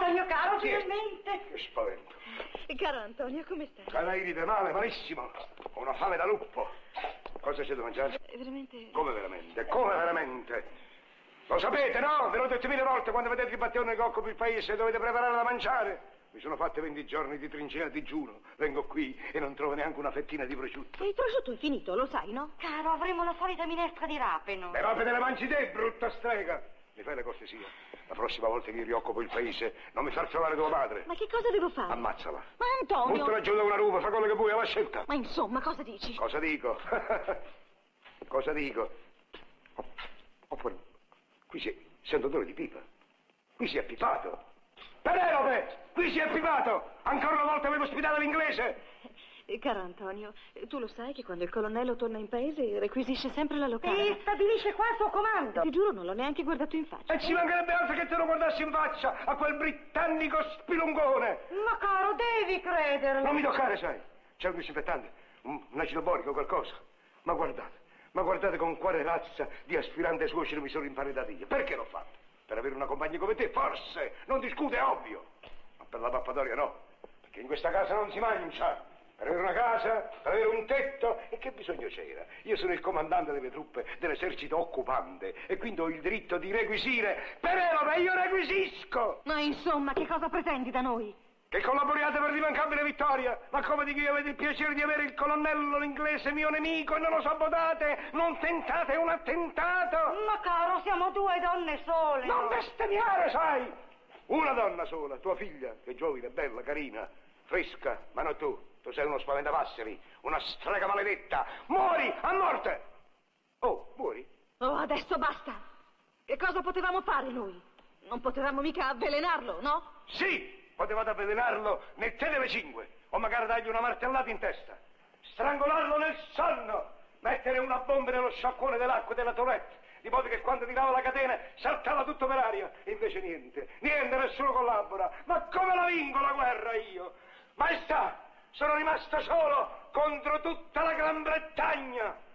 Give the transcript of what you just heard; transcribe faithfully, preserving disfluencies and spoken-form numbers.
Antonio, caro, finalmente. Che spavento. Caro Antonio, come stai? Cara, ride male, malissimo. Ho una fame da lupo. Cosa c'è da mangiare? Veramente... Come veramente? Come veramente? Lo sapete, no? Ve l'ho detto mille volte, quando vedete il battione che occupa il paese dovete preparare da mangiare. Mi sono fatte venti giorni di trincea a digiuno. Vengo qui e non trovo neanche una fettina di prosciutto. E il prosciutto è finito, lo sai, no? Caro, avremo la solita minestra di rapeno. Le rape te le mangi te, brutta strega. Mi fai la cortesia? La prossima volta che io rioccupo il paese, non mi far trovare tua madre. Ma che cosa devo fare? Ammazzala. Ma Antonio... Buttala giù da una rupa, fa quello che vuoi, alla scelta. Ma insomma, cosa dici? Cosa dico? Cosa dico? Oppure, qui si... sento odore di pipa. Qui si è pipato. Penelope! Qui si è pipato! Ancora una volta avevo ospitato l'inglese! Eh, caro Antonio, tu lo sai che quando il colonnello torna in paese requisisce sempre la locale. E stabilisce qua il suo comando. Ti giuro, non l'ho neanche guardato in faccia. E ci mancherebbe altro che te lo guardassi in faccia a quel britannico spilungone! Ma caro, devi crederlo. Non mi toccare, sai. C'è un disinfettante, un, un acido borico, qualcosa. Ma guardate, ma guardate con quale razza di aspirante suocero mi sono impanedato io. Perché l'ho fatto? Per avere una compagna come te, forse. Non discute, è ovvio. Ma per la pappatoria no. Perché in questa casa non si mangia. Per avere una casa, per avere un tetto, e che bisogno c'era? Io sono il comandante delle truppe dell'esercito occupante e quindi ho il diritto di requisire. Penelope, io requisisco! Ma insomma, che cosa pretendi da noi? Che collaboriate per l'immancabile vittoria. Ma come dico io, avete il piacere di avere il colonnello l'inglese mio nemico e non lo sabotate? Non tentate un attentato? Ma caro, siamo due donne sole. Non bestemmiare, sai! Una donna sola, tua figlia, che è giovane, bella, carina, fresca, ma non tu. Tu sei uno spaventapasseri, una strega maledetta. Muori, a morte! Oh, muori? Oh, adesso basta! Che cosa potevamo fare noi? Non potevamo mica avvelenarlo, no? Sì! Potevate avvelenarlo nel tè delle cinque, o magari dargli una martellata in testa, strangolarlo nel sonno, mettere una bomba nello sciacquone dell'acqua della Tourette, di modo che quando tirava la catena saltava tutto per aria. E invece niente, niente, nessuno collabora. Ma come la vinco la guerra io? Maestà, sono rimasto solo contro tutta la Gran Bretagna.